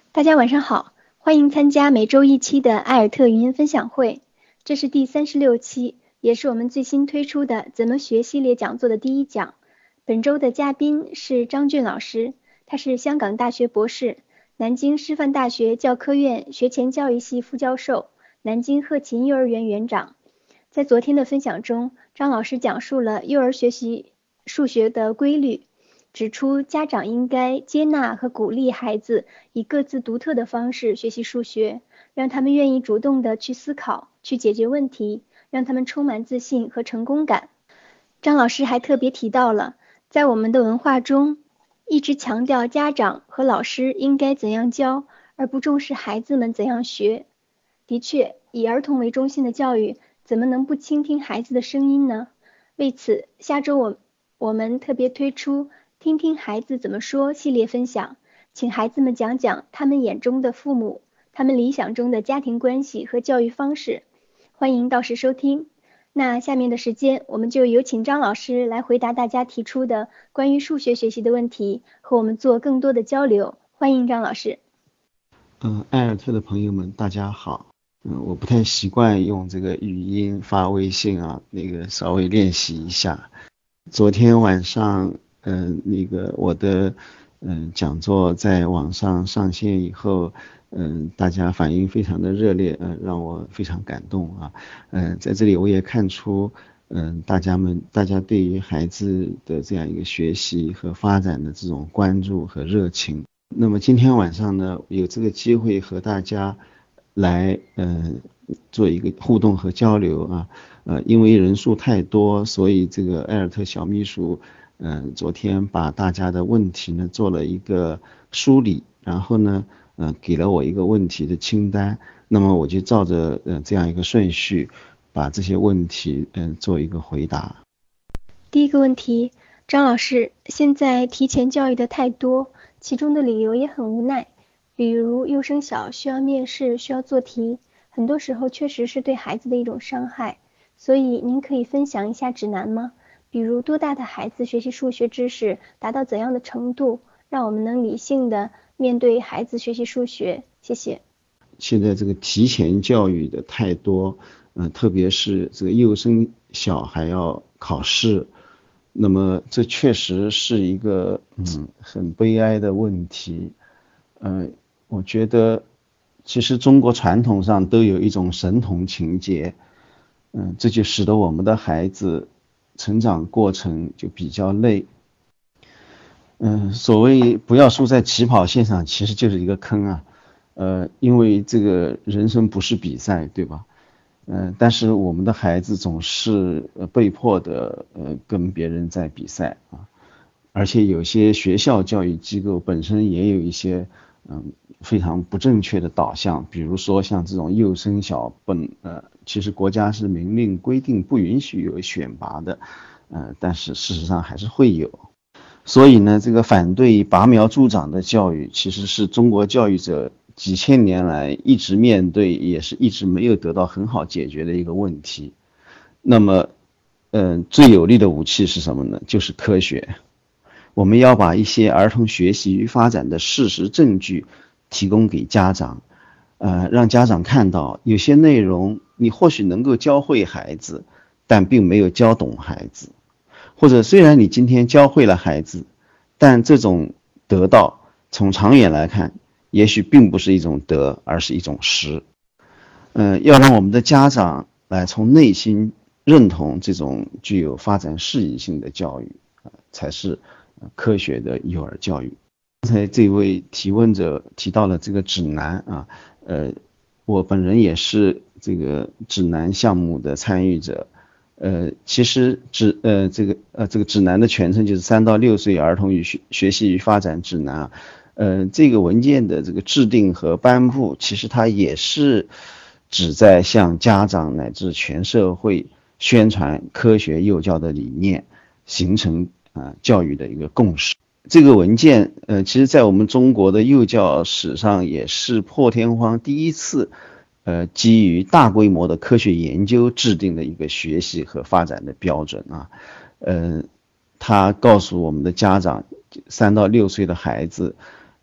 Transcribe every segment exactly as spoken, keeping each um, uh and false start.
大家晚上好，欢迎参加每周一期的艾尔特语音分享会。这是第三十六期，也是我们最新推出的怎么学系列讲座的第一讲。本周的嘉宾是张俊老师，他是香港大学博士，南京师范大学教科院学前教育系副教授，南京鹤琴幼儿园园长。在昨天的分享中，张老师讲述了幼儿学习数学的规律，指出家长应该接纳和鼓励孩子以各自独特的方式学习数学，让他们愿意主动的去思考，去解决问题，让他们充满自信和成功感。张老师还特别提到了，在我们的文化中，一直强调家长和老师应该怎样教，而不重视孩子们怎样学。的确，以儿童为中心的教育，怎么能不倾听孩子的声音呢？为此，下周我我们特别推出听听孩子怎么说系列分享，请孩子们讲讲他们眼中的父母，他们理想中的家庭关系和教育方式。欢迎到时收听。那下面的时间，我们就有请张老师来回答大家提出的关于数学学习的问题，和我们做更多的交流。欢迎张老师。 嗯，艾尔特的朋友们，大家好。嗯，我不太习惯用这个语音发微信啊，那个稍微练习一下。昨天晚上，嗯、呃，那个我的嗯、呃、讲座在网上上线以后，嗯、呃，大家反应非常的热烈，嗯、呃，让我非常感动啊。嗯、呃，在这里我也看出，嗯、呃，大家们大家对于孩子的这样一个学习和发展的这种关注和热情。那么今天晚上呢，有这个机会和大家来呃做一个互动和交流啊，呃，因为人数太多，所以这个艾尔特小秘书，嗯、呃，昨天把大家的问题呢做了一个梳理，然后呢，呃，给了我一个问题的清单，那么我就照着呃这样一个顺序，把这些问题嗯、呃、做一个回答。 第一个问题，张老师，现在提前教育的太多，其中的理由也很无奈。比如幼升小需要面试，需要做题，很多时候确实是对孩子的一种伤害。所以您可以分享一下指南吗？比如多大的孩子学习数学知识达到怎样的程度，让我们能理性的面对孩子学习数学？谢谢。 现在这个提前教育的太多，嗯、呃，特别是这个幼升小还要考试，那么这确实是一个嗯很悲哀的问题。呃，我觉得其实中国传统上都有一种神童情节，嗯、呃，这就使得我们的孩子成长过程就比较累。嗯、呃，所谓不要输在起跑线上，其实就是一个坑啊。呃，因为这个人生不是比赛，对吧？呃，但是我们的孩子总是呃被迫的呃跟别人在比赛啊，而且有些学校教育机构本身也有一些嗯非常不正确的导向，比如说像这种幼升小本呃，其实国家是明令规定不允许有选拔的，呃，但是事实上还是会有。所以呢，这个反对拔苗助长的教育，其实是中国教育者几千年来一直面对，也是一直没有得到很好解决的一个问题。那么，嗯、呃，最有力的武器是什么呢？就是科学。我们要把一些儿童学习与发展的事实证据提供给家长，呃，让家长看到有些内容你或许能够教会孩子，但并没有教懂孩子。或者虽然你今天教会了孩子，但这种得到从长远来看，也许并不是一种得，而是一种失。呃，要让我们的家长来从内心认同这种具有发展适宜性的教育，呃、才是科学的幼儿教育。刚才这位提问者提到了这个指南啊，呃，我本人也是这个指南项目的参与者。呃，其实指呃这个呃这个指南的全称就是三到六岁儿童与学学习与发展指南啊。呃，这个文件的这个制定和颁布，其实它也是旨在向家长乃至全社会宣传科学幼教的理念，形成啊、呃、教育的一个共识。这个文件呃，其实在我们中国的幼教史上也是破天荒第一次。呃，基于大规模的科学研究制定的一个学习和发展的标准啊，呃，他告诉我们的家长，三到六岁的孩子，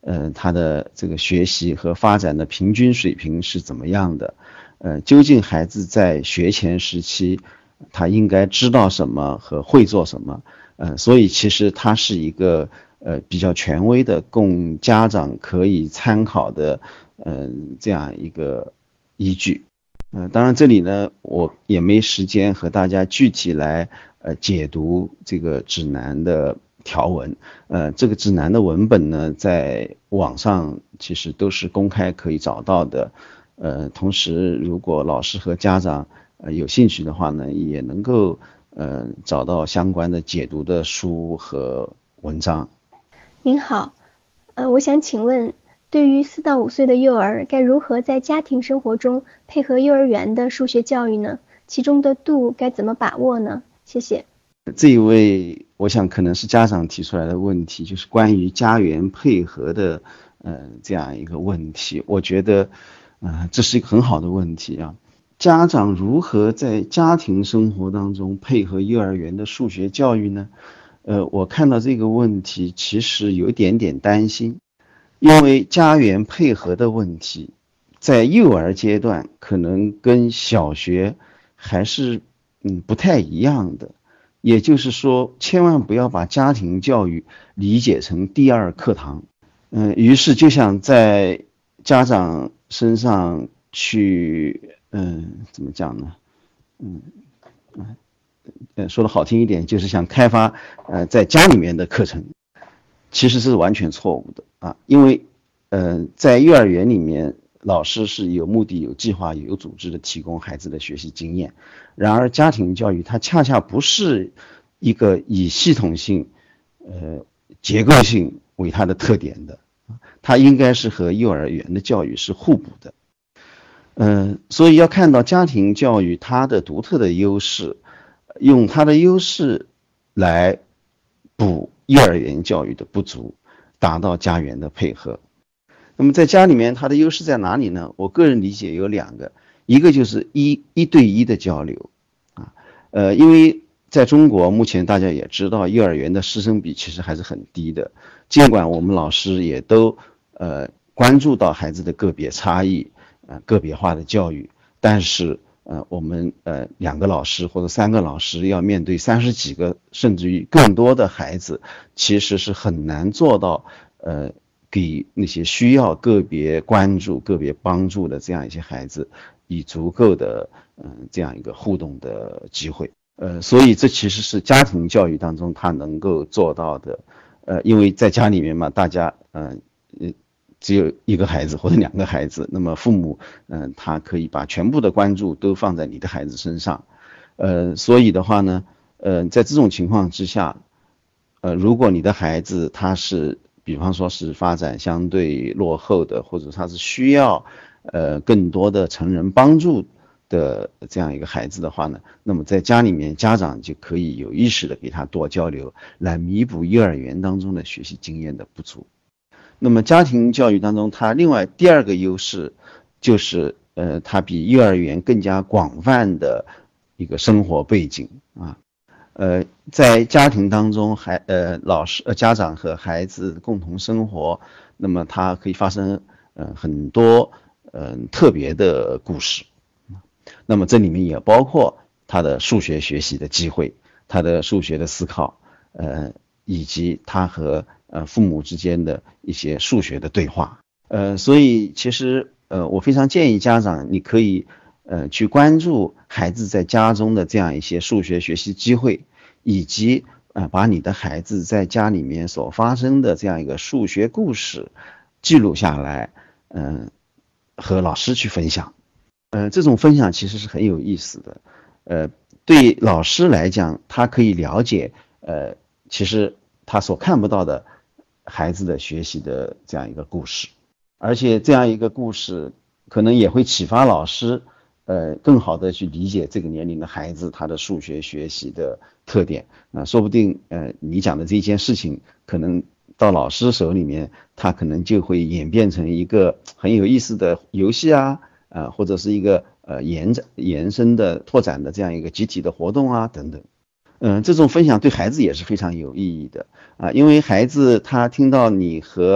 呃，他的这个学习和发展的平均水平是怎么样的？呃，究竟孩子在学前时期，他应该知道什么和会做什么？呃，所以其实它是一个呃比较权威的，供家长可以参考的，呃，这样一个依据。呃，当然这里呢，我也没时间和大家具体来呃解读这个指南的条文。呃，这个指南的文本呢，在网上其实都是公开可以找到的。呃，同时如果老师和家长呃有兴趣的话呢，也能够呃找到相关的解读的书和文章。 您好，呃，我想请问，对于四到五岁的幼儿，该如何在家庭生活中配合幼儿园的数学教育呢？其中的度该怎么把握呢？谢谢。 这一位，我想可能是家长提出来的问题，就是关于家园配合的，呃，这样一个问题。我觉得，呃，这是一个很好的问题啊。家长如何在家庭生活当中配合幼儿园的数学教育呢？呃，我看到这个问题，其实有一点点担心，因为家园配合的问题，在幼儿阶段可能跟小学还是嗯不太一样的。也就是说，千万不要把家庭教育理解成第二课堂。嗯，于是就想在家长身上去，嗯，怎么讲呢？嗯，嗯，说的好听一点，就是想开发呃在家里面的课程，其实是完全错误的啊，因为呃在幼儿园里面，老师是有目的、有计划、有组织的提供孩子的学习经验。然而家庭教育它恰恰不是一个以系统性、呃结构性为它的特点的，它应该是和幼儿园的教育是互补的。嗯、呃，所以要看到家庭教育它的独特的优势，用它的优势来补幼儿园教育的不足，达到家园的配合。那么在家里面它的优势在哪里呢？我个人理解有两个，一个就是一一对一的交流啊，呃，因为在中国目前大家也知道，幼儿园的师生比其实还是很低的，尽管我们老师也都呃关注到孩子的个别差异，呃个别化的教育，但是呃我们呃两个老师或者三个老师要面对三十几个甚至于更多的孩子，其实是很难做到呃给那些需要个别关注、个别帮助的这样一些孩子，以足够的嗯、呃、这样一个互动的机会。呃，所以这其实是家庭教育当中他能够做到的。呃，因为在家里面嘛，大家嗯呃只有一个孩子或者两个孩子，那么父母嗯、呃、他可以把全部的关注都放在你的孩子身上。呃，所以的话呢，呃，在这种情况之下，呃，如果你的孩子他是比方说是发展相对落后的，或者他是需要呃更多的成人帮助的这样一个孩子的话呢，那么在家里面家长就可以有意识的给他多交流，来弥补幼儿园当中的学习经验的不足。那么家庭教育当中，它另外第二个优势就是呃它比幼儿园更加广泛的一个生活背景啊。呃，在家庭当中，孩呃老师呃家长和孩子共同生活，那么它可以发生呃很多嗯、呃、特别的故事。那么这里面也包括他的数学学习的机会，他的数学的思考，呃，以及他和呃父母之间的一些数学的对话。呃，所以其实呃我非常建议家长，你可以呃去关注孩子在家中的这样一些数学学习机会，以及呃把你的孩子在家里面所发生的这样一个数学故事记录下来，嗯、呃，和老师去分享。呃，这种分享其实是很有意思的。呃，对老师来讲，他可以了解，呃，其实他所看不到的孩子的学习的这样一个故事，而且这样一个故事可能也会启发老师，呃，更好的去理解这个年龄的孩子他的数学学习的特点。啊、呃，说不定，呃，你讲的这件事情，可能到老师手里面，他可能就会演变成一个很有意思的游戏啊。呃，或者是一个呃延展延伸的拓展的这样一个集体的活动啊等等。嗯、呃，这种分享对孩子也是非常有意义的啊，因为孩子他听到你和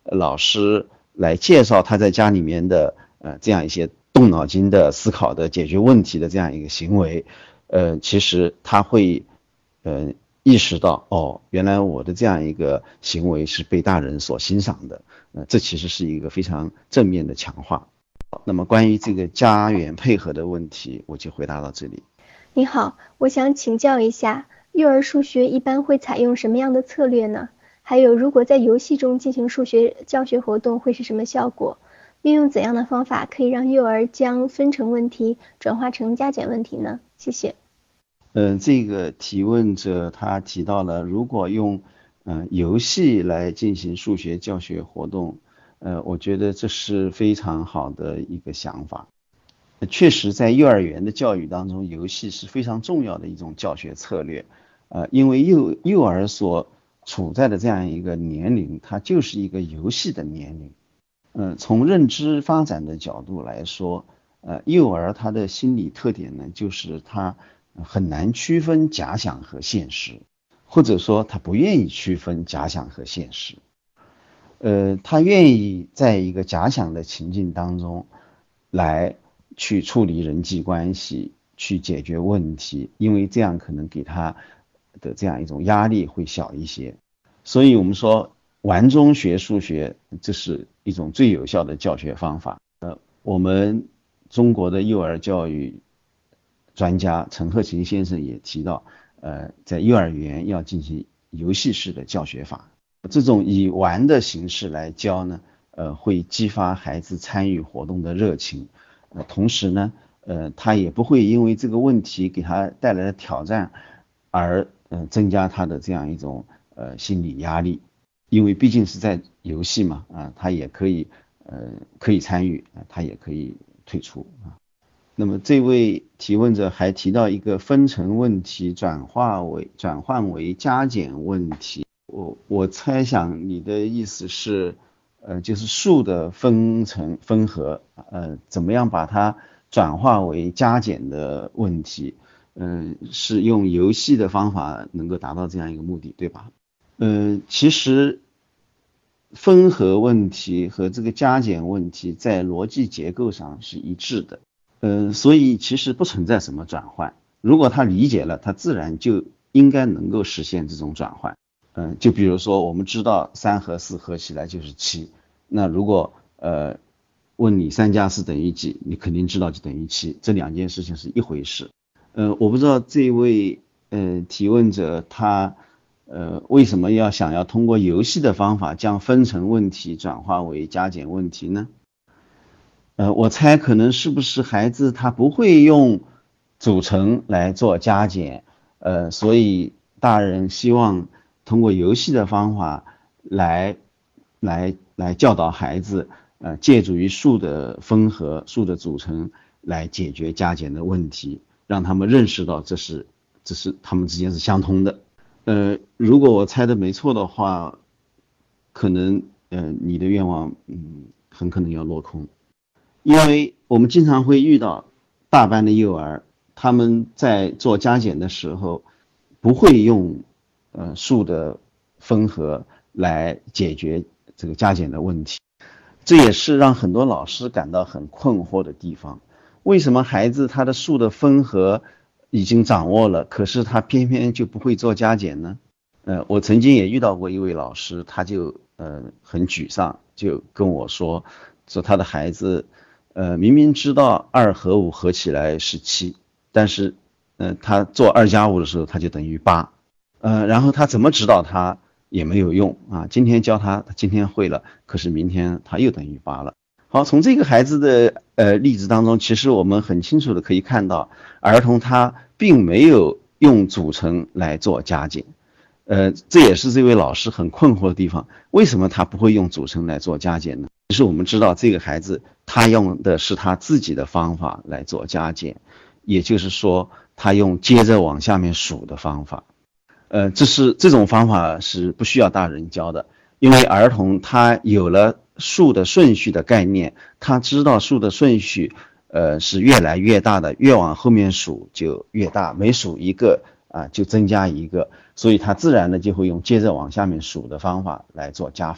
老师来介绍他在家里面的呃这样一些动脑筋的思考的解决问题的这样一个行为，呃，其实他会呃意识到，哦，原来我的这样一个行为是被大人所欣赏的，呃，这其实是一个非常正面的强化。那么关于这个家园配合的问题，我就回答到这里。 你好，我想请教一下，幼儿数学一般会采用什么样的策略呢？还有，如果在游戏中进行数学教学活动会是什么效果？运用怎样的方法可以让幼儿将分成问题转化成加减问题呢？谢谢。 嗯、呃，这个提问者他提到了，如果用嗯、呃、游戏来进行数学教学活动，呃，我觉得这是非常好的一个想法。确实，在幼儿园的教育当中，游戏是非常重要的一种教学策略。呃，因为幼幼儿所处在的这样一个年龄，它就是一个游戏的年龄。嗯、呃，从认知发展的角度来说，呃，幼儿他的心理特点呢，就是他很难区分假想和现实，或者说他不愿意区分假想和现实。呃，他愿意在一个假想的情境当中来去处理人际关系，去解决问题，因为这样可能给他的这样一种压力会小一些。所以我们说玩中学数学，这是一种最有效的教学方法。呃，我们中国的幼儿教育专家陈鹤琴先生也提到，呃，在幼儿园要进行游戏式的教学法。这种以玩的形式来教呢，呃，会激发孩子参与活动的热情，呃，同时呢，呃，他也不会因为这个问题给他带来的挑战而呃增加他的这样一种呃心理压力，因为毕竟是在游戏嘛，啊，他也可以呃可以参与，啊，他也可以退出啊。那么这位提问者还提到一个分成问题转化为转换为加减问题。我我猜想你的意思是，呃，就是数的分成分合，呃，怎么样把它转化为加减的问题，嗯、呃，是用游戏的方法能够达到这样一个目的，对吧？呃，其实分合问题和这个加减问题在逻辑结构上是一致的，呃，所以其实不存在什么转换。如果他理解了，他自然就应该能够实现这种转换。嗯，就比如说我们知道三和四合起来就是七，那如果呃问你三加四等于几，你肯定知道就等于七，这两件事情是一回事。呃，我不知道这位呃提问者他呃为什么要想要通过游戏的方法将分成问题转化为加减问题呢？呃，我猜可能是不是孩子他不会用组成来做加减，呃，所以大人希望通过游戏的方法来来来教导孩子，呃，借助于数的分合、数的组成来解决加减的问题，让他们认识到这是这是他们之间是相通的。呃，如果我猜的没错的话，可能呃你的愿望嗯很可能要落空，因为我们经常会遇到大班的幼儿，他们在做加减的时候不会用呃数的分合来解决这个加减的问题，这也是让很多老师感到很困惑的地方。为什么孩子他的数的分合已经掌握了，可是他偏偏就不会做加减呢？呃，我曾经也遇到过一位老师，他就呃很沮丧，就跟我说，说他的孩子呃明明知道二和五合起来是七，但是呃他做二加五的时候他就等于八，呃然后他怎么指导他也没有用啊，今天教他，他今天会了，可是明天他又等于八了。好，从这个孩子的呃例子当中，其实我们很清楚的可以看到，儿童他并没有用组成来做加减，呃，这也是这位老师很困惑的地方，为什么他不会用组成来做加减呢？其实我们知道，这个孩子他用的是他自己的方法来做加减，也就是说，他用接着往下面数的方法。呃，这是这种方法是不需要大人教的，因为儿童他有了数的顺序的概念，他知道数的顺序呃是越来越大的，越往后面数就越大，每数一个啊就增加一个，所以他自然的就会用接着往下面数的方法来做加法。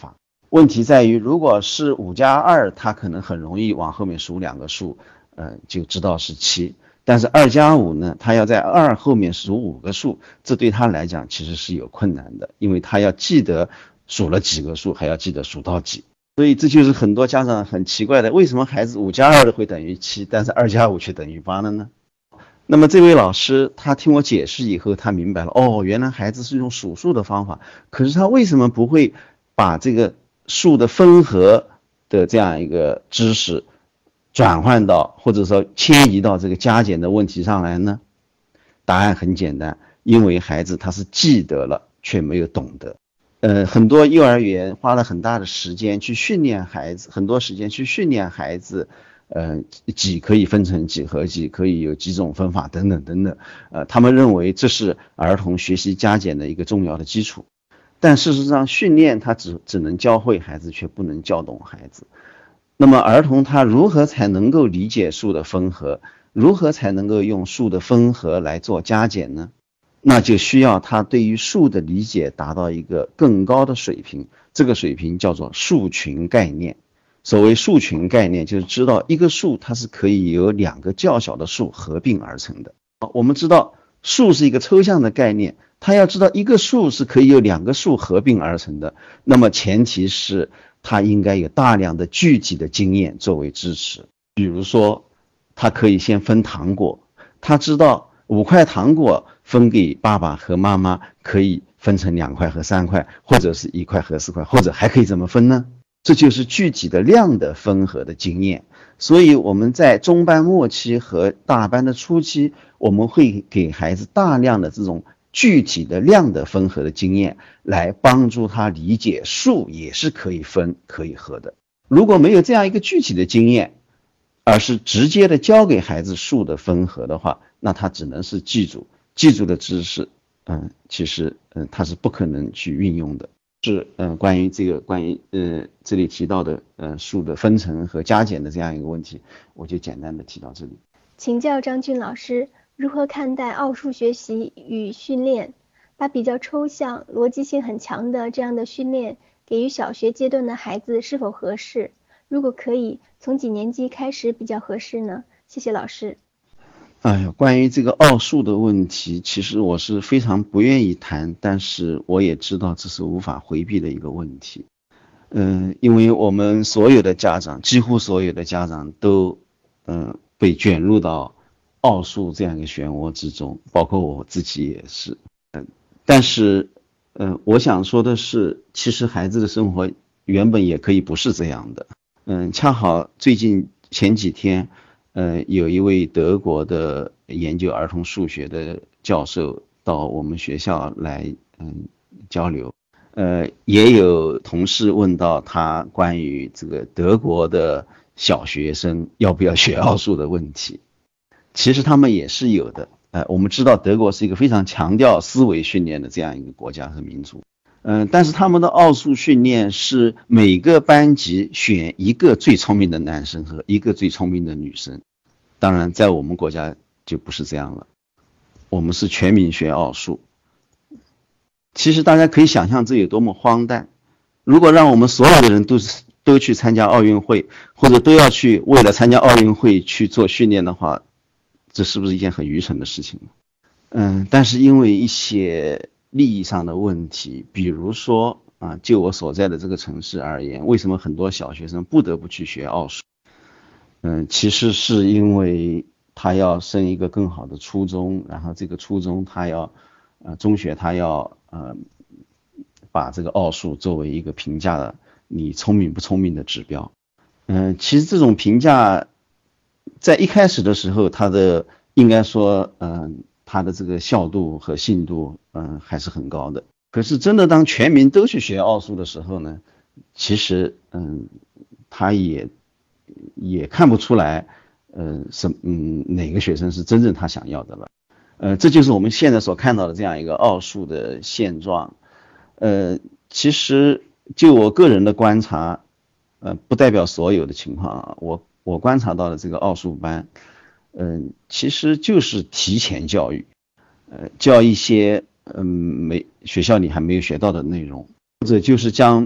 问题在于，如果是五加二，他可能很容易往后面数两个数，呃，就知道是七。但是二加五呢，他要在二后面数五个数，这对他来讲其实是有困难的，因为他要记得数了几个数，还要记得数到几。所以这就是很多家长很奇怪的，为什么孩子五加二的会等于七，但是二加五却等于八了呢？那么这位老师他听我解释以后，他明白了，哦，原来孩子是用数数的方法，可是他为什么不会把这个数的分合的这样一个知识转换到或者说迁移到这个加减的问题上来呢？答案很简单，因为孩子他是记得了却没有懂得。呃，很多幼儿园花了很大的时间去训练孩子，很多时间去训练孩子，呃，几可以分成几何几，可以有几种分法等等等等。呃，他们认为这是儿童学习加减的一个重要的基础。但事实上，训练它只只能教会孩子，却不能教懂孩子。那么儿童他如何才能够理解数的分合？如何才能够用数的分合来做加减呢？那就需要他对于数的理解达到一个更高的水平，这个水平叫做数群概念。所谓数群概念，就是知道一个数它是可以由两个较小的数合并而成的。我们知道数是一个抽象的概念，他要知道一个数是可以由两个数合并而成的，那么前提是他应该有大量的具体的经验作为支持。比如说他可以先分糖果，他知道五块糖果分给爸爸和妈妈可以分成两块和三块，或者是一块和四块，或者还可以怎么分呢？这就是具体的量的分合的经验。所以我们在中班末期和大班的初期，我们会给孩子大量的这种具体的量的分合的经验，来帮助他理解数也是可以分可以合的。如果没有这样一个具体的经验，而是直接的教给孩子数的分合的话，那他只能是记住记住的知识，嗯，其实嗯他是不可能去运用的。是嗯关于这个关于呃这里提到的呃数的分成和加减的这样一个问题，我就简单的提到这里。 请教张军老师，如何看待奥数学习与训练？把比较抽象、逻辑性很强的这样的训练给予小学阶段的孩子是否合适？如果可以，从几年级开始比较合适呢？谢谢老师。 哎呀，关于这个奥数的问题，其实我是非常不愿意谈，但是我也知道这是无法回避的一个问题。嗯，因为我们所有的家长，几乎所有的家长都嗯被卷入到奥数这样一个漩涡之中，包括我自己也是。嗯，但是嗯，我想说的是，其实孩子的生活原本也可以不是这样的。嗯，恰好最近前几天。呃，有一位德国的研究儿童数学的教授到我们学校来嗯交流，呃，也有同事问到他关于这个德国的小学生要不要学奥数的问题。其实他们也是有的，呃，我们知道德国是一个非常强调思维训练的这样一个国家和民族。嗯、呃，但是他们的奥数训练是每个班级选一个最聪明的男生和一个最聪明的女生。当然在我们国家就不是这样了，我们是全民学奥数。其实大家可以想象这有多么荒诞，如果让我们所有的人都是都去参加奥运会，或者都要去为了参加奥运会去做训练的话，这是不是一件很愚蠢的事情？嗯，但是因为一些利益上的问题，比如说啊，就我所在的这个城市而言，为什么很多小学生不得不去学奥数？嗯，其实是因为他要升一个更好的初中，然后这个初中他要呃中学他要呃把这个奥数作为一个评价的你聪明不聪明的指标。嗯，其实这种评价在一开始的时候，它的应该说嗯、呃、它的这个效度和信度嗯、呃、还是很高的。可是真的当全民都去学奥数的时候呢，其实嗯他也也看不出来呃什嗯哪个学生是真正他想要的了。呃这就是我们现在所看到的这样一个奥数的现状。呃其实就我个人的观察，呃不代表所有的情况啊，我我观察到的这个奥数班嗯、呃、其实就是提前教育，呃教一些嗯没学校里还没有学到的内容，或者就是将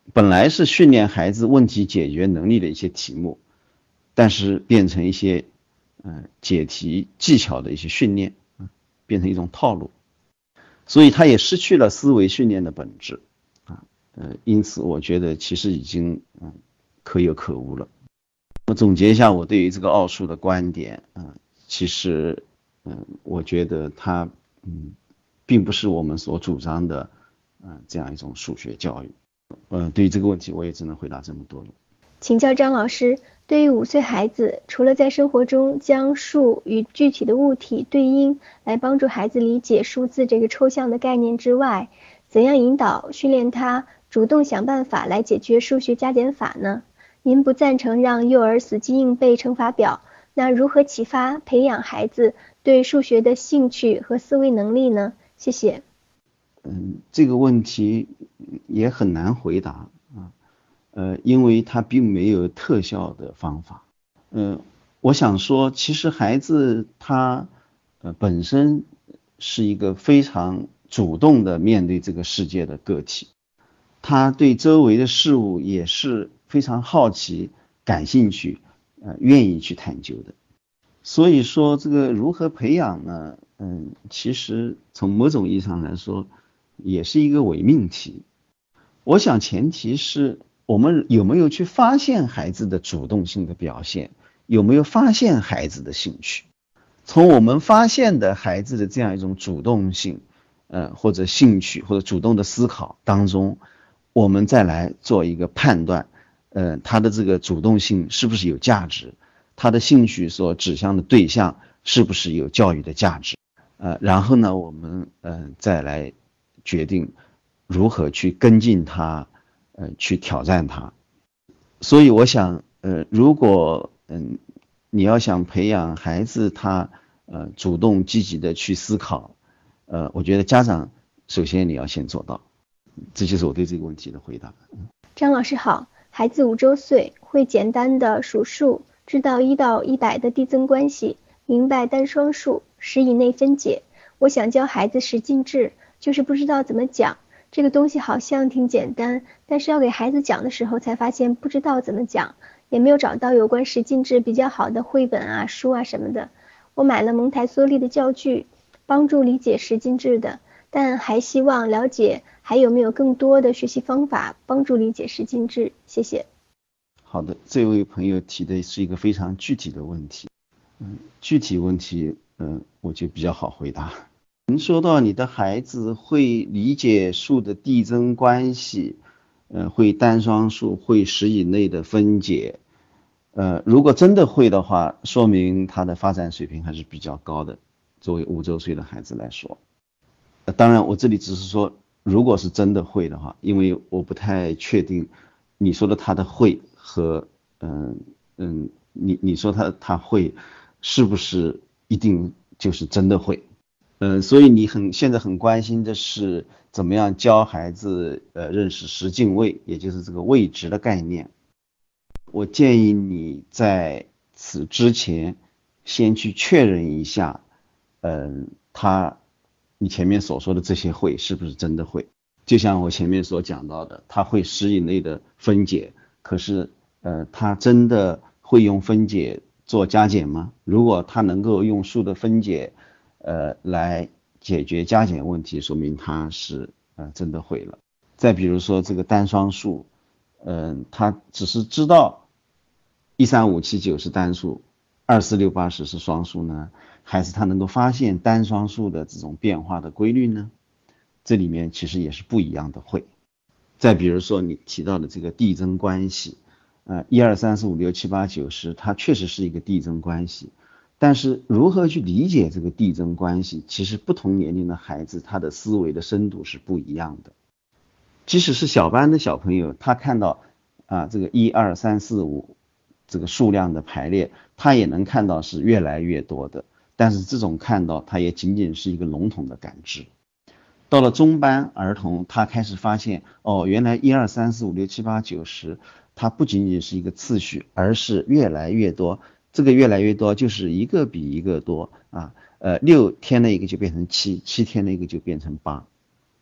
本来是训练孩子问题解决能力的一些题目，但是变成一些呃解题技巧的一些训练，变成一种套路，所以他也失去了思维训练的本质啊，呃，因此我觉得其实已经嗯、呃、可有可无了。我总结一下我对于这个奥数的观点啊、呃，其实嗯、呃，我觉得它嗯并不是我们所主张的嗯、呃、这样一种数学教育。呃，对于这个问题我也只能回答这么多了。 请教张老师，对于五岁孩子，除了在生活中将数与具体的物体对应，来帮助孩子理解数字这个抽象的概念之外，怎样引导训练他主动想办法来解决数学加减法呢？您不赞成让幼儿死记硬背乘法表，那如何启发培养孩子对数学的兴趣和思维能力呢？谢谢。 嗯，这个问题也很难回答啊，呃，因为它并没有特效的方法。嗯、呃，我想说，其实孩子他呃本身是一个非常主动的面对这个世界的个体，他对周围的事物也是非常好奇、感兴趣，呃，愿意去探究的。所以说，这个如何培养呢？嗯，其实从某种意义上来说，也是一个伪命题。我想前提是我们有没有去发现孩子的主动性的表现，有没有发现孩子的兴趣。从我们发现的孩子的这样一种主动性，呃，或者兴趣或者主动的思考当中，我们再来做一个判断，呃，他的这个主动性是不是有价值，他的兴趣所指向的对象是不是有教育的价值，呃，然后呢，我们呃再来决定如何去跟进他，呃，去挑战他。所以我想，呃，如果嗯你要想培养孩子他呃主动积极的去思考，呃，我觉得家长首先你要先做到，这就是我对这个问题的回答。 张老师好，孩子五周岁，会简单的数数，知道一到一百的递增关系，明白单双数，十以内分解。我想教孩子十进制，就是不知道怎么讲。这个东西好像挺简单，但是要给孩子讲的时候才发现不知道怎么讲，也没有找到有关十进制比较好的绘本啊、书啊什么的。我买了蒙台梭利的教具，帮助理解十进制的，但还希望了解还有没有更多的学习方法帮助理解十进制。谢谢。 好的，这位朋友提的是一个非常具体的问题，嗯，具体问题，嗯、呃，我就比较好回答。您说到你的孩子会理解数的递增关系，呃，会单双数，会十以内的分解，呃，如果真的会的话，说明他的发展水平还是比较高的。作为五周岁的孩子来说，呃，当然我这里只是说，如果是真的会的话，因为我不太确定你说的他的会和嗯嗯，你你说他他会是不是一定就是真的会？嗯，所以你很现在很关心的是怎么样教孩子呃认识十进位，也就是这个位值的概念。我建议你在此之前先去确认一下，嗯，他你前面所说的这些会是不是真的会？就像我前面所讲到的，他会十以内的分解，可是呃，他真的会用分解做加减吗？如果他能够用数的分解呃，来解决加减问题，说明他是呃真的会了。再比如说这个单双数，嗯、呃，他只是知道一三五七九是单数，二四六八十是双数呢，还是他能够发现单双数的这种变化的规律呢？这里面其实也是不一样的会。再比如说你提到的这个递增关系，呃，一二三四五六七八九十，它确实是一个递增关系。但是如何去理解这个递增关系，其实不同年龄的孩子他的思维的深度是不一样的。即使是小班的小朋友，他看到啊这个一二三四五这个数量的排列，他也能看到是越来越多的，但是这种看到他也仅仅是一个笼统的感知。到了中班儿童，他开始发现哦，原来一二三四五六七八九十它不仅仅是一个次序，而是越来越多。这个越来越多就是一个比一个多啊，呃，六添了一个就变成七，七添了一个就变成八。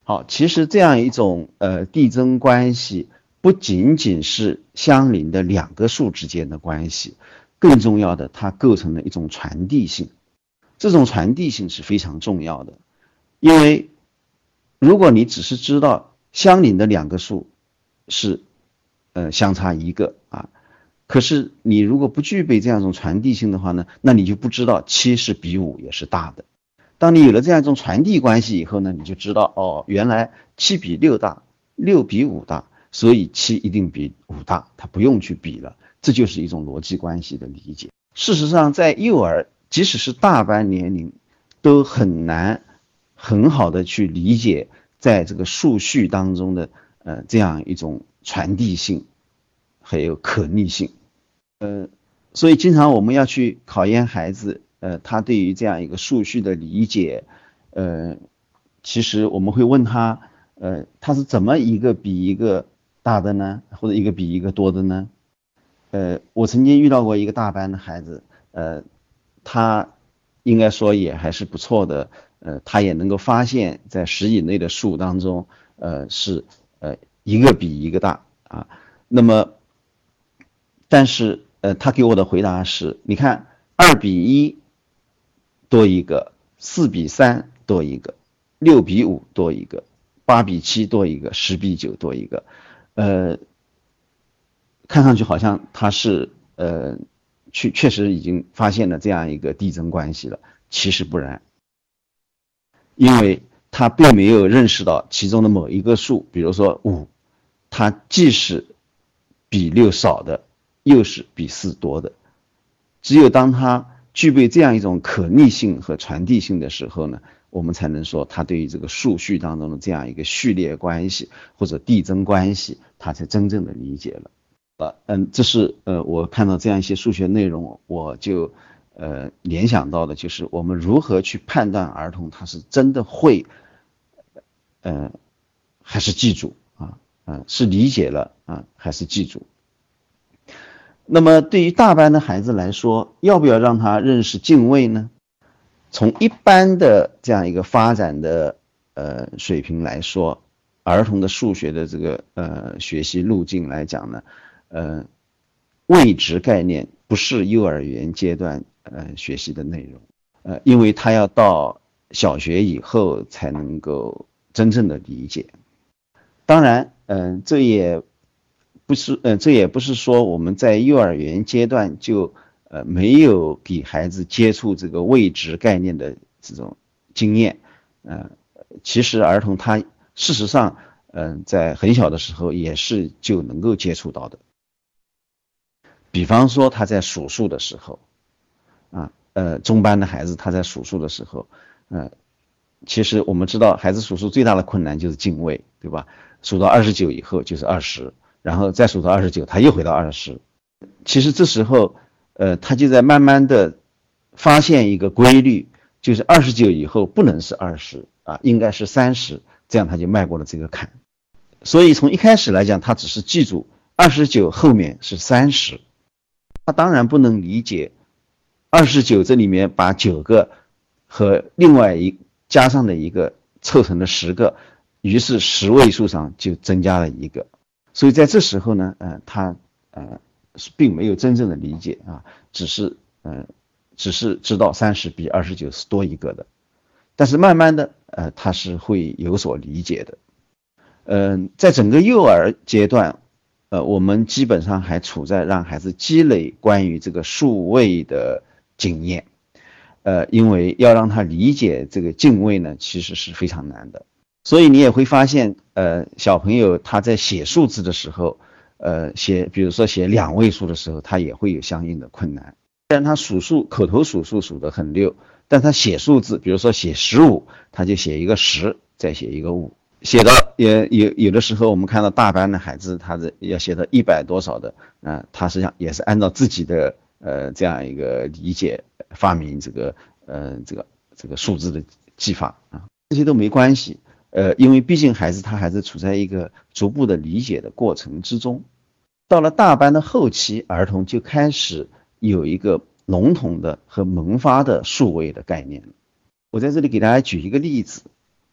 好，其实这样一种呃递增关系，不仅仅是相邻的两个数之间的关系，更重要的，它构成了一种传递性。这种传递性是非常重要的，因为如果你只是知道相邻的两个数是呃相差一个啊，可是你如果不具备这样一种传递性的话呢，那你就不知道七是比五也是大的。当你有了这样一种传递关系以后呢，你就知道哦，原来七比六大，六比五大，所以七一定比五大，它不用去比了，这就是一种逻辑关系的理解。事实上，在幼儿，即使是大班年龄，都很难很好的去理解在这个数序当中的呃这样一种传递性，还有可逆性。呃，所以经常我们要去考验孩子。呃，他对于这样一个数序的理解，呃，其实我们会问他，呃，他是怎么一个比一个大的呢？或者一个比一个多的呢？呃，我曾经遇到过一个大班的孩子，呃，他应该说也还是不错的，呃，他也能够发现，在十以内的数当中，呃，是呃一个比一个大啊。那么，但是呃，他给我的回答是，你看二比一。多一个，四比三多一个，六比五多一个，八比七多一个，十比九多一个，呃，看上去好像他是呃，确确实已经发现了这样一个递增关系了，其实不然，因为他并没有认识到其中的某一个数，比如说五，它既是比六少的，又是比四多的，只有当他具备这样一种可逆性和传递性的时候呢，我们才能说他对于这个数序当中的这样一个序列关系或者递增关系，他才真正的理解了。呃，嗯，这是呃我看到这样一些数学内容，我就呃联想到的就是我们如何去判断儿童他是真的会，呃，还是记住啊，呃，是理解了啊，还是记住。那么对于大班的孩子来说，要不要让他认识进位呢？从一般的这样一个发展的呃水平来说，儿童的数学的这个呃学习路径来讲呢，呃位值概念不是幼儿园阶段呃学习的内容，呃因为他要到小学以后才能够真正的理解。当然，嗯、呃，这也不是，呃，这也不是说我们在幼儿园阶段就呃没有给孩子接触这个位值概念的这种经验，呃，其实儿童他事实上，嗯、呃，在很小的时候也是就能够接触到的。比方说他在数数的时候，啊，呃，中班的孩子他在数数的时候，呃，其实我们知道孩子数数最大的困难就是进位，对吧？数到二十九以后就是二十。然后再数到二十九，他又回到二十。其实这时候，呃，他就在慢慢的发现一个规律，就是二十九以后不能是二十啊，应该是三十，这样他就迈过了这个坎。所以从一开始来讲，他只是记住二十九后面是三十，他当然不能理解二十九这里面把九个和另外一加上的一个凑成了十个，于是十位数上就增加了一个。所以在这时候呢，呃，他呃并没有真正的理解啊，只是呃只是知道三十比二十九是多一个的，但是慢慢的呃他是会有所理解的。嗯、呃，在整个幼儿阶段，呃，我们基本上还处在让孩子积累关于这个数位的经验，呃，因为要让他理解这个进位呢，其实是非常难的。所以你也会发现，呃，小朋友他在写数字的时候，呃，写比如说写两位数的时候，他也会有相应的困难。虽然他数数口头数数数得很溜，但他写数字，比如说写十五，他就写一个十，再写一个五，写到也有有的时候我们看到大班的孩子，他的要写到一百多少的，啊、呃，他实际上也是按照自己的呃这样一个理解发明这个呃这个这个数字的记法啊，这些都没关系。呃，因为毕竟孩子他还是处在一个逐步的理解的过程之中，到了大班的后期，儿童就开始有一个笼统的和萌发的数位的概念。我在这里给大家举一个例子，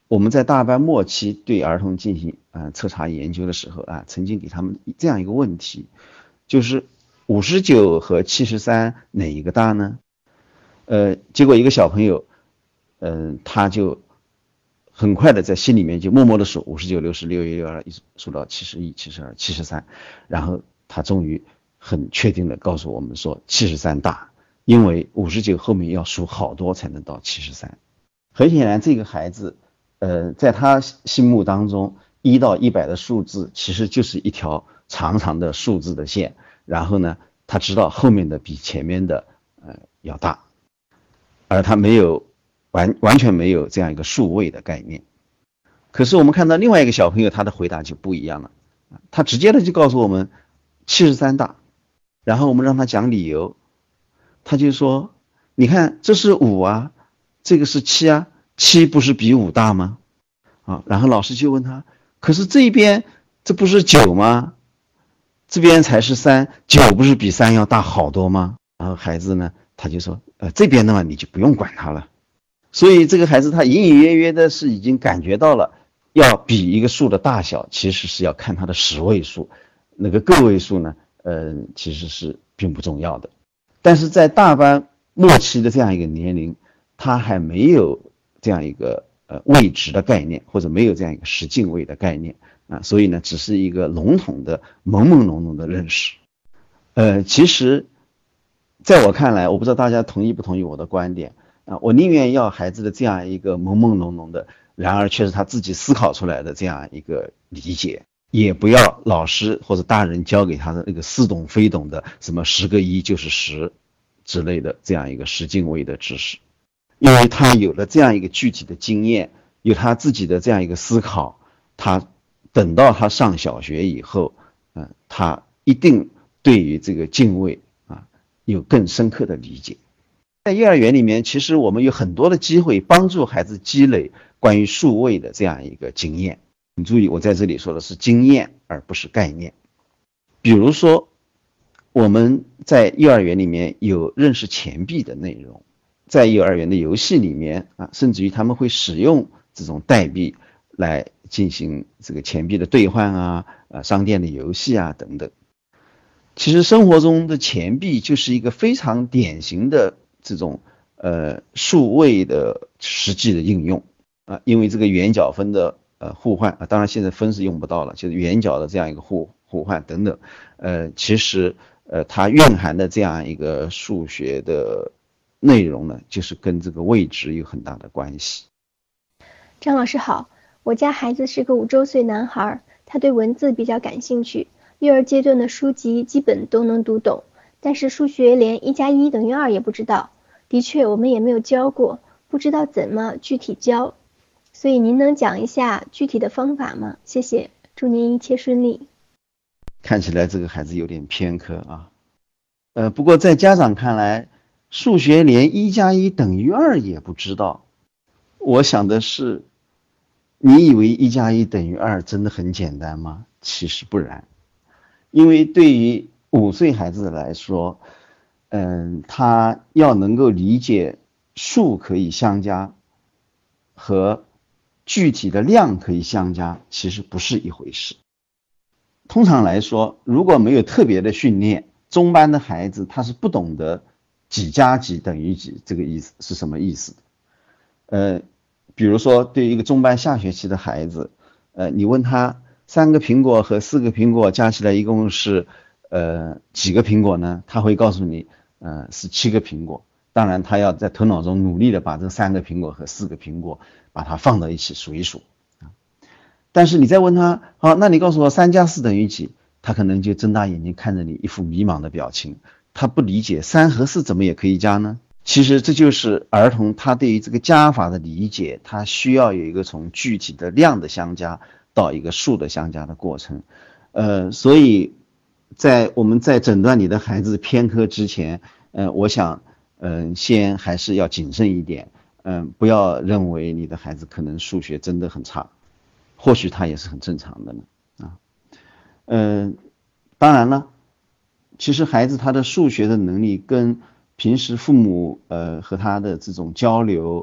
我们在大班末期对儿童进行呃测查研究的时候啊，曾经给他们这样一个问题，就是五十九和七十三哪一个大呢？呃，结果一个小朋友，嗯、呃，他就很快的在心里面就默默的数五十九、六十、六一、六二，一直数到七十一、七十二、七十三，然后他终于很确定的告诉我们说七十三大，因为五十九后面要数好多才能到七十三。很显然，这个孩子，呃，在他心目当中，一到一百的数字其实就是一条长长的数字的线，然后呢，他知道后面的比前面的呃要大，而他没有完完全没有这样一个数位的概念。可是我们看到另外一个小朋友，他的回答就不一样了，他直接的就告诉我们七十三大，然后我们让他讲理由，他就说，你看这是五啊，这个是七啊，七不是比五大吗？啊，然后老师就问他，可是这边这不是九吗？这边才是三，九不是比三要大好多吗？然后孩子呢，他就说，呃，这边的嘛，你就不用管他了。所以这个孩子他隐隐约约的是已经感觉到了，要比一个数的大小，其实是要看它的十位数，那个个位数呢，呃，其实是并不重要的。但是在大班末期的这样一个年龄，他还没有这样一个呃位值的概念，或者没有这样一个十进位的概念啊，所以呢，只是一个笼统的朦朦胧胧的认识。呃，其实在我看来，我不知道大家同意不同意我的观点啊，我宁愿要孩子的这样一个朦朦胧胧的，然而却是他自己思考出来的这样一个理解，也不要老师或者大人教给他的那个似懂非懂的什么十个一就是十之类的这样一个十进位的知识。因为他有了这样一个具体的经验，有他自己的这样一个思考，他等到他上小学以后，嗯、呃，他一定对于这个进位啊有更深刻的理解。在幼儿园里面，其实我们有很多的机会帮助孩子积累关于数位的这样一个经验。你注意，我在这里说的是经验，而不是概念。比如说，我们在幼儿园里面有认识钱币的内容。在幼儿园的游戏里面啊，甚至于他们会使用这种代币来进行这个钱币的兑换啊，啊，商店的游戏啊等等。其实生活中的钱币就是一个非常典型的这种呃数位的实际的应用啊，因为这个元角分的呃互换啊，当然现在分是用不到了，就是元角的这样一个互互换等等，呃，其实呃它蕴含的这样一个数学的内容呢，就是跟这个位置有很大的关系。 张老师好，我家孩子是个五周岁男孩，他对文字比较感兴趣，幼儿阶段的书籍基本都能读懂，但是数学连一加一等于二也不知道。的确，我们也没有教过，不知道怎么具体教，所以您能讲一下具体的方法吗？谢谢，祝您一切顺利。 看起来这个孩子有点偏科啊，呃，不过在家长看来，数学连一加一等于二也不知道，我想的是，你以为一加一等于二真的很简单吗？其实不然，因为对于五岁孩子来说，嗯，他要能够理解数可以相加和具体的量可以相加，其实不是一回事。通常来说，如果没有特别的训练，中班的孩子他是不懂得几加几等于几这个意思是什么意思的。呃，比如说对于一个中班下学期的孩子，呃，你问他三个苹果和四个苹果加起来一共是呃几个苹果呢？他会告诉你，呃，是七个苹果。当然，他要在头脑中努力的把这三个苹果和四个苹果把它放到一起数一数。但是你再问他，好，那你告诉我三加四等于几？他可能就睁大眼睛看着你，一副迷茫的表情。他不理解三和四怎么也可以加呢？其实这就是儿童他对于这个加法的理解，他需要有一个从具体的量的相加到一个数的相加的过程。呃，所以在我们在诊断你的孩子偏科之前，呃，我想，嗯、呃，先还是要谨慎一点，嗯、呃，不要认为你的孩子可能数学真的很差。或许他也是很正常的呢，啊，嗯、呃，当然了，其实孩子他的数学的能力跟平时父母呃和他的这种交流，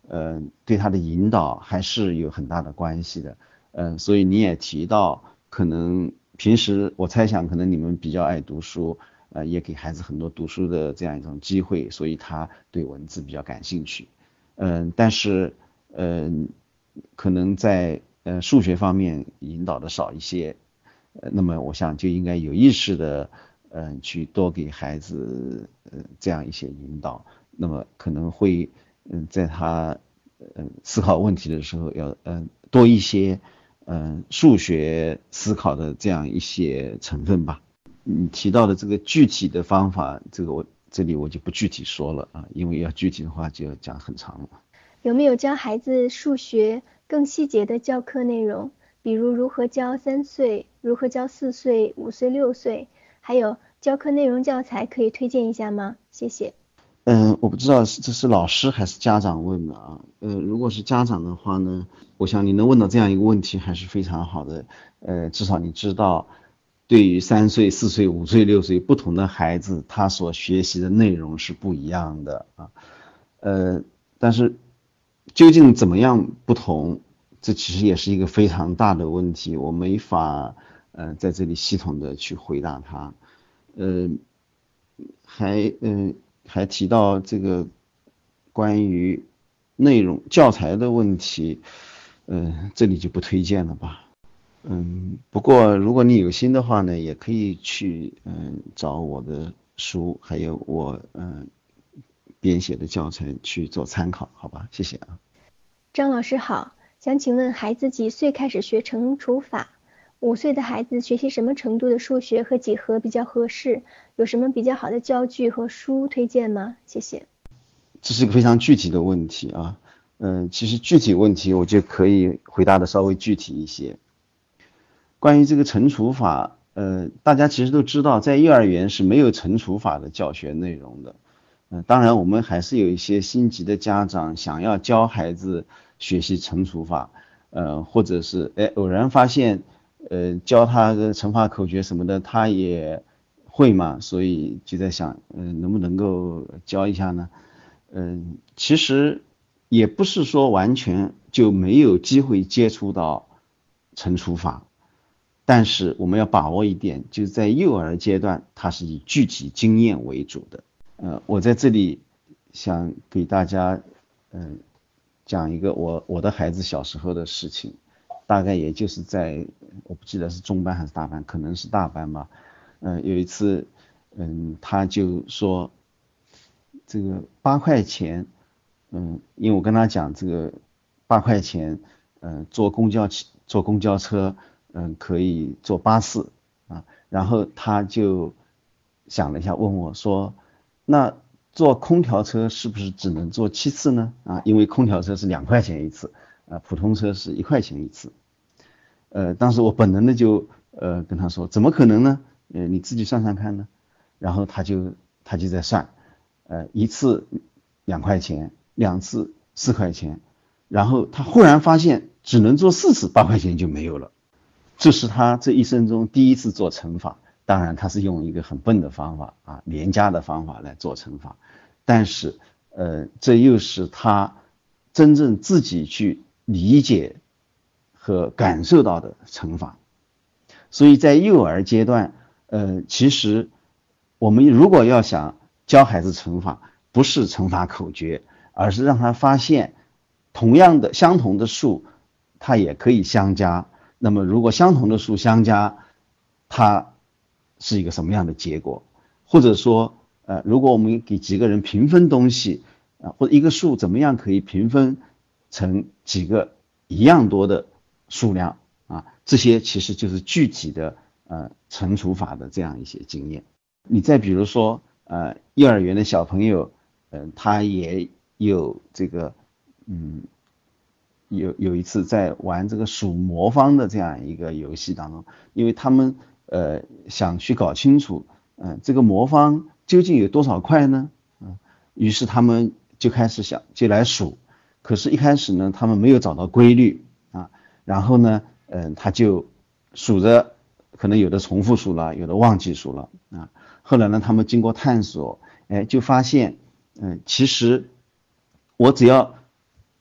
呃，对他的引导还是有很大的关系的。呃，所以你也提到，可能平时我猜想，可能你们比较爱读书，呃，也给孩子很多读书的这样一种机会，所以他对文字比较感兴趣。嗯、呃，但是，嗯、呃，可能在呃数学方面引导的少一些。呃，那么我想就应该有意识的，嗯、呃，去多给孩子呃这样一些引导，那么可能会，嗯、呃，在他嗯、呃、思考问题的时候要嗯、呃、多一些嗯、呃、数学思考的这样一些成分吧。你提到的这个具体的方法，这个我这里我就不具体说了啊，因为要具体的话就要讲很长了。 有没有教孩子数学更细节的教课内容？比如如何教三岁，如何教四岁、五岁、六岁，还有教课内容教材可以推荐一下吗？谢谢。 嗯，我不知道是这是老师还是家长问的啊。呃，如果是家长的话呢，我想你能问到这样一个问题还是非常好的。呃，至少你知道，对于三岁、四岁、五岁、六岁不同的孩子，他所学习的内容是不一样的啊。呃，但是究竟怎么样不同，这其实也是一个非常大的问题，我没法呃在这里系统的去回答它。呃，还嗯、呃、还提到这个关于内容教材的问题，呃，这里就不推荐了吧。嗯，不过如果你有心的话呢，也可以去嗯、呃、找我的书，还有我嗯、呃、编写的教材去做参考，好吧？谢谢啊。 张老师好，想请问孩子几岁开始学乘除法？五岁的孩子学习什么程度的数学和几何比较合适？有什么比较好的教具和书推荐吗？谢谢。 这是一个非常具体的问题啊。嗯、呃，其实具体问题我就可以回答的稍微具体一些。关于这个乘除法，呃，大家其实都知道，在幼儿园是没有乘除法的教学内容的。嗯、呃，当然我们还是有一些心急的家长想要教孩子学习乘除法，呃，或者是哎偶然发现，呃，教他的乘法口诀什么的，他也会嘛，所以就在想，嗯、呃，能不能够教一下呢？嗯、呃，其实也不是说完全就没有机会接触到乘除法。但是我们要把握一点，就是在幼儿阶段，它是以具体经验为主的。呃，我在这里想给大家，嗯、呃，讲一个我我的孩子小时候的事情，大概也就是在我不记得是中班还是大班，可能是大班吧。呃，有一次，嗯，他就说这个八块钱，嗯，因为我跟他讲这个八块钱，嗯、呃，坐公交坐公交车。嗯，可以坐八次啊，然后他就想了一下，问我说：“那坐空调车是不是只能坐七次呢？啊，因为空调车是两块钱一次，啊，普通车是一块钱一次。”呃，当时我本能的就呃跟他说：“怎么可能呢？呃，你自己算算看呢。”然后他就他就在算，呃，一次两块钱，两次四块钱，然后他忽然发现只能做四次，八块钱就没有了。这是他这一生中第一次做乘法，当然他是用一个很笨的方法啊，廉价的方法来做乘法，但是呃，这又是他真正自己去理解和感受到的乘法。所以在幼儿阶段，呃，其实我们如果要想教孩子乘法，不是乘法口诀，而是让他发现同样的相同的数，它也可以相加。那么如果相同的数相加，它是一个什么样的结果？或者说，呃，如果我们给几个人平分东西，啊、呃，或者一个数怎么样可以平分成几个一样多的数量啊？这些其实就是具体的呃乘除法的这样一些经验。你再比如说，呃，幼儿园的小朋友，嗯、呃，他也有这个，嗯。有有一次在玩这个数魔方的这样一个游戏当中，因为他们呃想去搞清楚，嗯、呃，这个魔方究竟有多少块呢？嗯、呃，于是他们就开始想就来数，可是，一开始呢，他们没有找到规律啊，然后呢，嗯、呃，他就数着，可能有的重复数了，有的忘记数了啊。后来呢，他们经过探索，哎，就发现，嗯、呃，其实我只要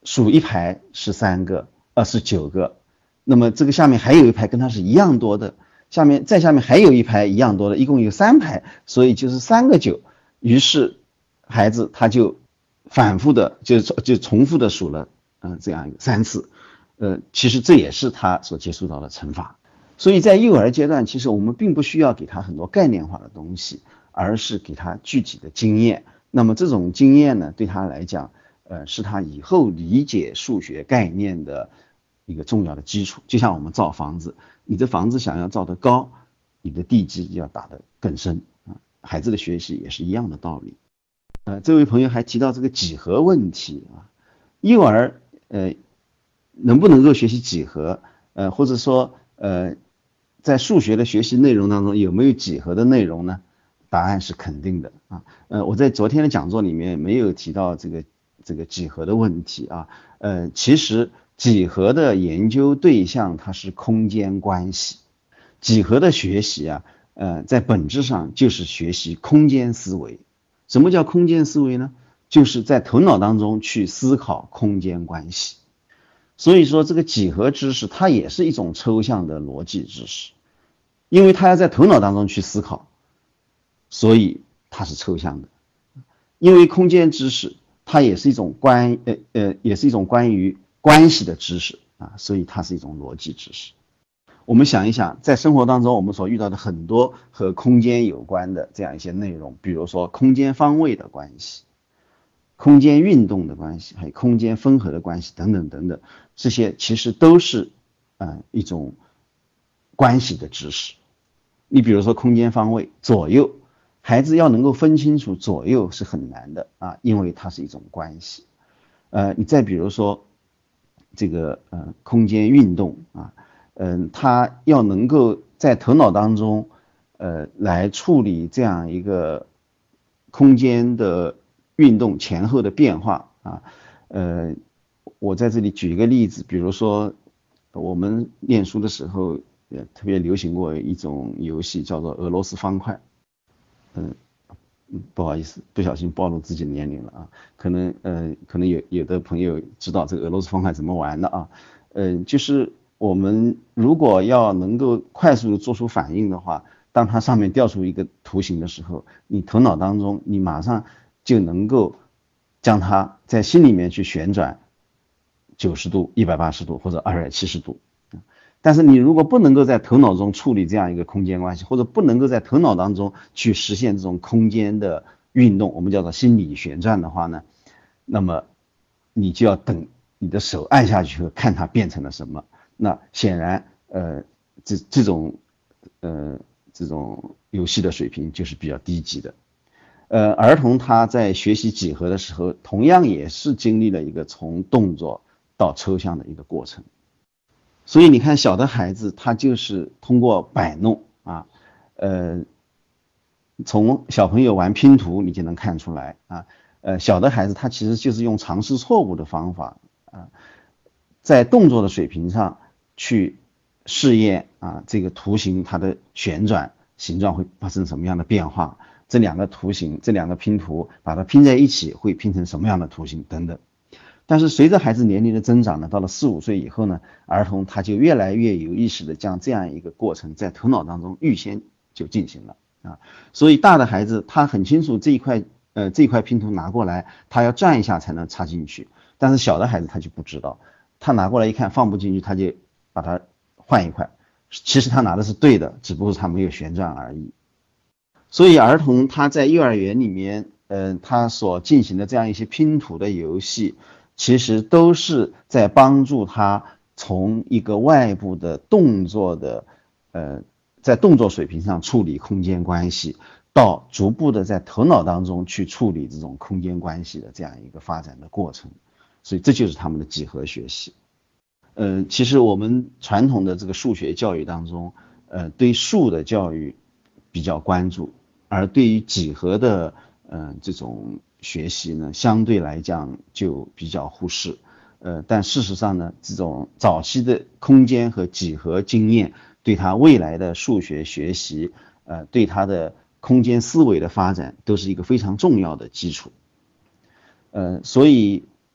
数一排是三个，呃是九个，那么这个下面还有一排跟它是一样多的，下面再下面还有一排一样多的，一共有三排，所以就是三个九。于是孩子他就反复的就就重复的数了，嗯、呃，这样一个三次，呃，其实这也是他所接触到的乘法。所以在幼儿阶段，其实我们并不需要给他很多概念化的东西，而是给他具体的经验。那么这种经验呢，对他来讲，呃，是他以后理解数学概念的一个重要的基础。就像我们造房子，你的房子想要造得高，你的地基要打得更深啊。孩子的学习也是一样的道理。呃，这位朋友还提到这个几何问题啊，幼儿呃能不能够学习几何，呃，或者说呃。在数学的学习内容当中有没有几何的内容呢？答案是肯定的啊。呃，我在昨天的讲座里面没有提到这个这个几何的问题啊。呃，其实几何的研究对象它是空间关系，几何的学习啊，呃，在本质上就是学习空间思维。什么叫空间思维呢？就是在头脑当中去思考空间关系。所以说这个几何知识它也是一种抽象的逻辑知识。因为他要在头脑当中去思考，所以它是抽象的。因为空间知识它也是一种关呃呃也是一种关于关系的知识啊，所以它是一种逻辑知识。我们想一想，在生活当中我们所遇到的很多和空间有关的这样一些内容，比如说空间方位的关系、空间运动的关系，还有空间分合的关系等等等等，这些其实都是呃一种关系的知识。你比如说空间方位，左右，孩子要能够分清楚左右是很难的啊，因为它是一种关系。呃，你再比如说这个呃空间运动啊，嗯、呃，他要能够在头脑当中呃来处理这样一个空间的运动前后的变化啊，呃，我在这里举一个例子，比如说我们念书的时候。也特别流行过一种游戏叫做俄罗斯方块，嗯，不好意思，不小心暴露自己的年龄了啊，可能呃可能有有的朋友知道这个俄罗斯方块怎么玩的啊，呃，就是我们如果要能够快速的做出反应的话，当它上面掉出一个图形的时候，你头脑当中你马上就能够将它在心里面去旋转九十度、一百八十度或者二百七十度。但是你如果不能够在头脑中处理这样一个空间关系，或者不能够在头脑当中去实现这种空间的运动，我们叫做心理旋转的话呢，那么你就要等你的手按下去后看它变成了什么。那显然呃这这种呃这种游戏的水平就是比较低级的。呃儿童他在学习几何的时候同样也是经历了一个从动作到抽象的一个过程。所以你看小的孩子他就是通过摆弄啊，呃，从小朋友玩拼图你就能看出来啊，呃，小的孩子他其实就是用尝试错误的方法啊，在动作的水平上去试验啊这个图形它的旋转形状会发生什么样的变化，这两个图形这两个拼图把它拼在一起会拼成什么样的图形等等。但是随着孩子年龄的增长呢，到了四五岁以后呢，儿童他就越来越有意识的将这样一个过程在头脑当中预先就进行了啊。所以大的孩子他很清楚这一块呃这一块拼图拿过来，他要转一下才能插进去，但是小的孩子他就不知道，他拿过来一看放不进去，他就把它换一块，其实他拿的是对的，只不过他没有旋转而已。所以儿童他在幼儿园里面，呃，他所进行的这样一些拼图的游戏。其实都是在帮助他从一个外部的动作的呃在动作水平上处理空间关系，到逐步的在头脑当中去处理这种空间关系的这样一个发展的过程。所以这就是他们的几何学习。呃其实我们传统的这个数学教育当中，呃对数的教育比较关注，而对于几何的呃这种学习呢，相对来讲就比较忽视，呃，但事实上呢，这种早期的空间和几何经验，对他未来的数学学习，呃，对他的空间思维的发展，都是一个非常重要的基础。呃，所以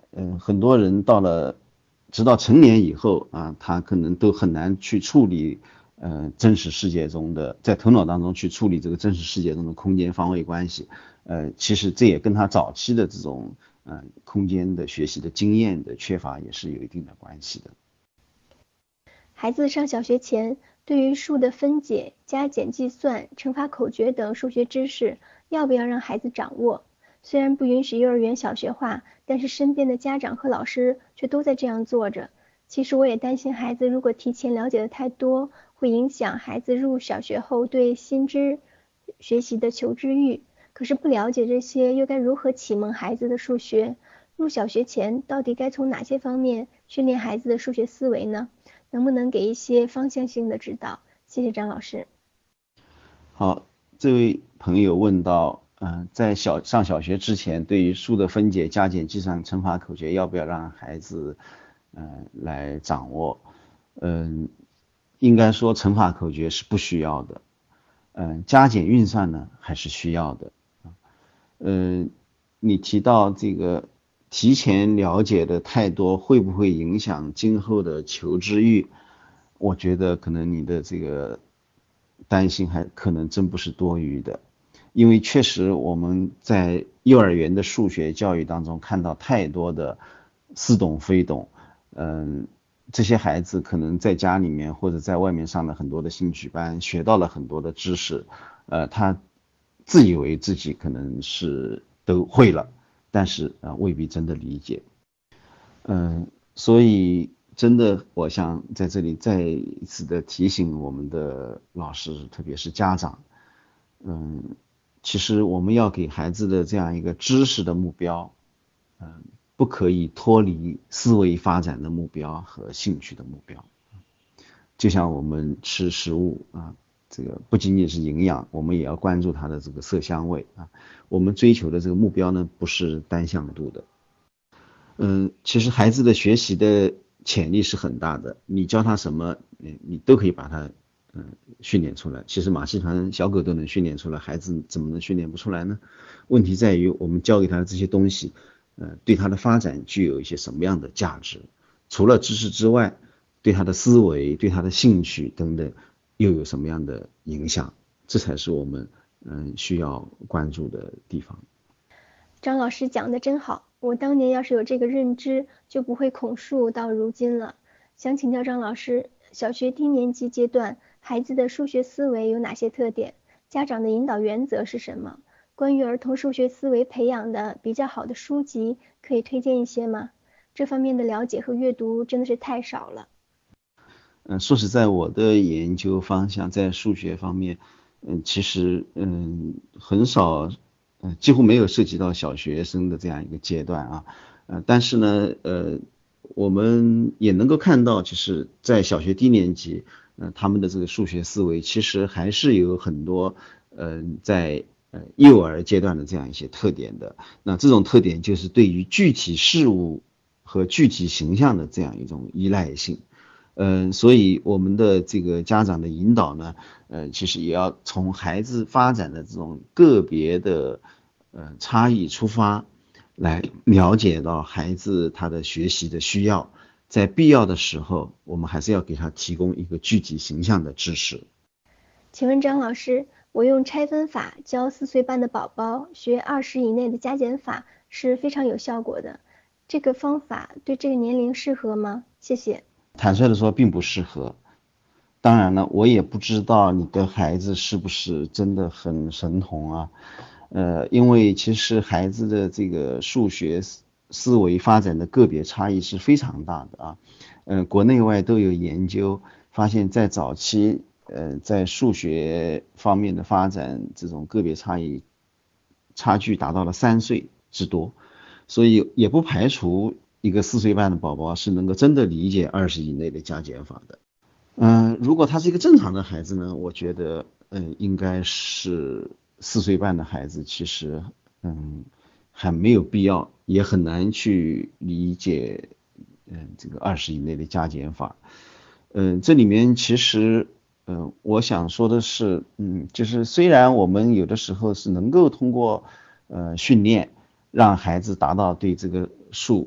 嗯、呃，很多人到了直到成年以后啊，他可能都很难去处理呃真实世界中的，在头脑当中去处理这个真实世界中的空间方位关系。呃，其实这也跟他早期的这种呃空间的学习的经验的缺乏也是有一定的关系的。 孩子上小学前，对于数的分解、加减计算、乘法口诀等数学知识，要不要让孩子掌握？虽然不允许幼儿园小学化，但是身边的家长和老师却都在这样做着。其实我也担心孩子如果提前了解的太多，会影响孩子入小学后对新知学习的求知欲。可是不了解这些，又该如何启蒙孩子的数学？入小学前，到底该从哪些方面训练孩子的数学思维呢？能不能给一些方向性的指导？谢谢张老师。 好，这位朋友问到，嗯、呃，在小上小学之前，对于数的分解、加减、计算、乘法口诀，要不要让孩子，呃，来掌握？嗯、呃，应该说乘法口诀是不需要的，嗯、呃，加减运算呢还是需要的。呃，你提到这个提前了解的太多，会不会影响今后的求知欲？我觉得可能你的这个担心还可能真不是多余的，因为确实我们在幼儿园的数学教育当中看到太多的似懂非懂，嗯，这些孩子可能在家里面或者在外面上了很多的兴趣班，学到了很多的知识，呃，他自以为自己可能是都会了，但是啊、呃、未必真的理解，嗯、呃，所以真的我想在这里再一次的提醒我们的老师，特别是家长，嗯，其实我们要给孩子的这样一个知识的目标，嗯，不可以脱离思维发展的目标和兴趣的目标。就像我们吃食物啊，这个不仅仅是营养，我们也要关注它的这个色香味啊。我们追求的这个目标呢，不是单向度的。嗯，其实孩子的学习的潜力是很大的，你教他什么，你都可以把他嗯训练出来。其实马戏团小狗都能训练出来，孩子怎么能训练不出来呢？问题在于我们教给他的这些东西，呃，对他的发展具有一些什么样的价值？除了知识之外，对他的思维、对他的兴趣等等，又有什么样的影响？这才是我们嗯需要关注的地方。 张老师讲的真好，我当年要是有这个认知，就不会恐数到如今了。想请教张老师，小学低年级阶段孩子的数学思维有哪些特点？家长的引导原则是什么？关于儿童数学思维培养的比较好的书籍，可以推荐一些吗？这方面的了解和阅读真的是太少了。 嗯，说实在，我的研究方向在数学方面，嗯，其实嗯很少，嗯，几乎没有涉及到小学生的这样一个阶段啊，呃，但是呢，呃，我们也能够看到，就是在小学低年级，呃，他们的这个数学思维其实还是有很多，嗯、呃，在呃幼儿阶段的这样一些特点的。那这种特点就是对于具体事物和具体形象的这样一种依赖性。嗯，所以我们的这个家长的引导呢，呃，其实也要从孩子发展的这种个别的呃差异出发，来了解到孩子他的学习的需要，在必要的时候，我们还是要给他提供一个具体形象的知识。 请问张老师，我用拆分法教四岁半的宝宝学二十以内的加减法是非常有效果的，这个方法对这个年龄适合吗？谢谢。 坦率的说，并不适合。当然了，我也不知道你的孩子是不是真的很神童啊，呃，因为其实孩子的这个数学思维发展的个别差异是非常大的啊，呃，国内外都有研究发现，在早期，呃，在数学方面的发展，这种个别差异差距达到了三岁之多，所以也不排除一个四岁半的宝宝是能够真的理解二十以内的加减法的。嗯、呃，如果他是一个正常的孩子呢，我觉得，嗯、呃，应该是四岁半的孩子，其实，嗯，还没有必要，也很难去理解，嗯、呃，这个二十以内的加减法。嗯、呃，这里面其实，嗯、呃，我想说的是，嗯，就是虽然我们有的时候是能够通过，呃，训练，让孩子达到对这个数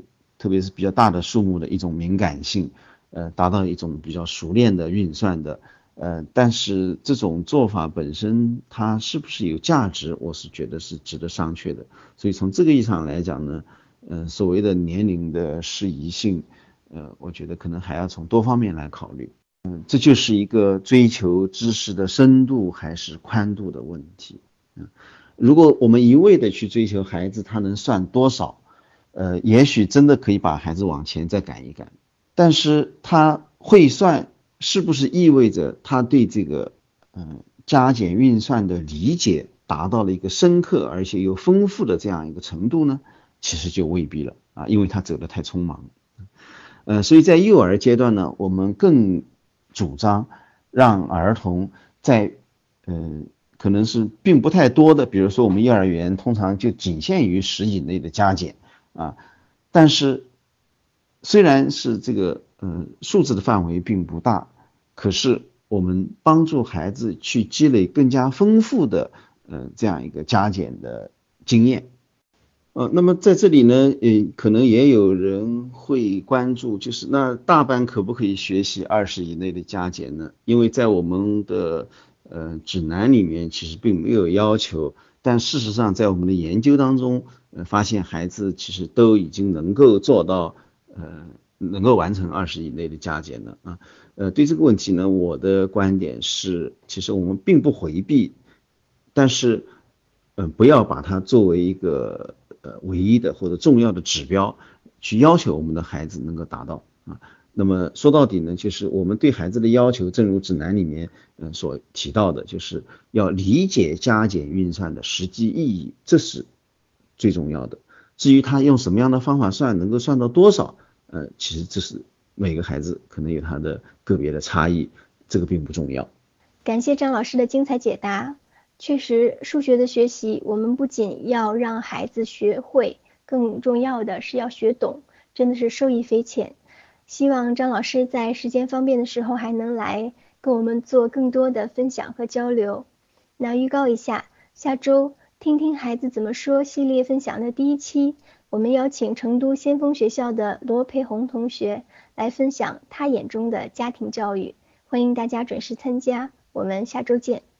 特别是比较大的数目的一种敏感性，呃，达到一种比较熟练的运算的，呃，但是这种做法本身它是不是有价值，我是觉得是值得商榷的。所以从这个意义上来讲呢，呃，所谓的年龄的适宜性，呃，我觉得可能还要从多方面来考虑。嗯，这就是一个追求知识的深度还是宽度的问题。嗯，如果我们一味的去追求孩子他能算多少，呃，也许真的可以把孩子往前再赶一赶，但是他会算是不是意味着他对这个嗯加减运算的理解达到了一个深刻而且又丰富的这样一个程度呢？其实就未必了啊，因为他走得太匆忙。呃，所以在幼儿阶段呢，我们更主张让儿童在呃可能是并不太多的，比如说我们幼儿园通常就仅限于十以内的加减啊，但是虽然是这个呃数字的范围并不大，可是我们帮助孩子去积累更加丰富的呃这样一个加减的经验。呃，那么在这里呢，呃，可能也有人会关注，就是那大班可不可以学习二十以内的加减呢？因为在我们的呃指南里面其实并没有要求，但事实上在我们的研究当中，呃，发现孩子其实都已经能够做到，呃，能够完成二十以内的加减了啊。呃，对这个问题呢，我的观点是，其实我们并不回避，但是，嗯、呃，不要把它作为一个呃唯一的或者重要的指标去要求我们的孩子能够达到啊。那么说到底呢，就是我们对孩子的要求，正如指南里面嗯、呃、所提到的，就是要理解加减运算的实际意义，这是最重要的。至于他用什么样的方法算，能够算到多少，呃，其实这是每个孩子可能有他的个别的差异，这个并不重要。 感谢张老师的精彩解答。确实，数学的学习，我们不仅要让孩子学会，更重要的是要学懂，真的是受益匪浅。希望张老师在时间方便的时候还能来跟我们做更多的分享和交流。那预告一下，下周听听孩子怎么说系列分享的第一期，我们邀请成都先锋学校的罗培红同学来分享他眼中的家庭教育，欢迎大家准时参加，我们下周见。